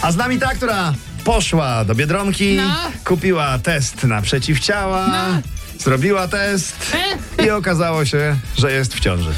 A z nami ta, która poszła do Biedronki, kupiła test na przeciwciała, zrobiła test i okazało się, że jest w ciąży.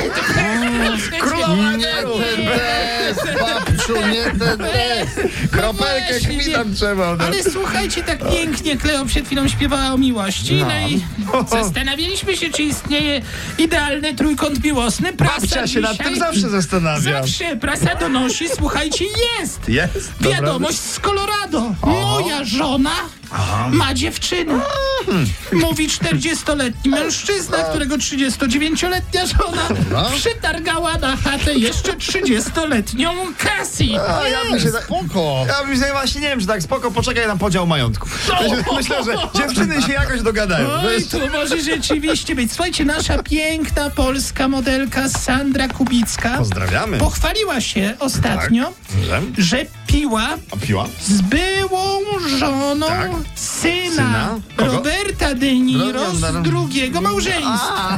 Królowa Nie ten test, babciu, nie ten test. Kropelkę krwi tam trzeba. No. Ale słuchajcie, tak pięknie Kleo przed chwilą śpiewała o miłości. No i zastanawialiśmy się, czy istnieje idealny trójkąt miłosny. Prasa Babcia się nad tym zawsze zastanawia. Zawsze prasa donosi, słuchajcie, jest! Jest? Wiadomość z Colorado. Moja żona ma dziewczynę. Mówi 40-letni mężczyzna, którego 39-letnia żona przytargała na chatę jeszcze 30-letnią Cassie. Spoko. Ja bym właśnie nie wiem, czy tak spoko, poczekaj na podział majątku. Myślę, że dziewczyny się jakoś dogadają. Oj, to może rzeczywiście być. Słuchajcie, nasza piękna polska modelka Sandra Kubicka Pozdrawiamy. pochwaliła się ostatnio, że piła z byłą żoną syna Roberta De Niro z drugiego małżeństwa.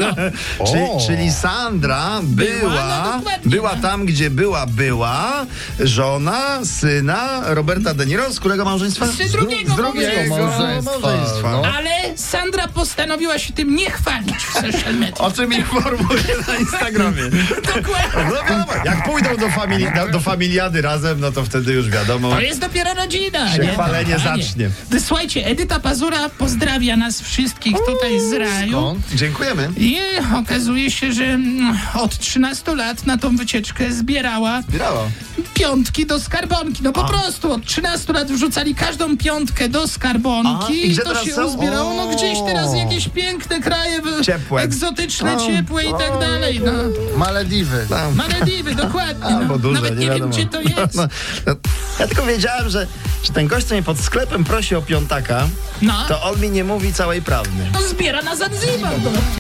Czyli Sandra była tam, gdzie była żona syna Roberta De Niro, z którego małżeństwa? Z drugiego małżeństwa. No. Ale Sandra postanowiła się tym nie chwalić w social media. O czym informuje na Instagramie. Dokładnie. No wiadomo, jak pójdą do familiady razem, no to wtedy już wiadomo. To jest dopiero rodzina. Się chwalenie zacznie. Słuchajcie, Edyta Pazura pozdrawia nas wszystkich tutaj z raju. Dziękujemy. I okazuje się, że od 13 lat na tą wycieczkę zbierała piątki do skarbonki. No po prostu od 13 lat wrzucali każdą piątkę do skarbonki i to się uzbierało. No gdzieś teraz jakieś piękne kraje, ciepłe, egzotyczne, ciepłe i tak dalej. No. Malediwy. Malediwy, dokładnie. No. Duże, Nawet nie wiem, gdzie to jest. Ja tylko wiedziałem, że ten gość, co mnie pod sklepem prosi o piątaka, to on mi nie mówi całej prawdy. To zbiera na Zanzibar.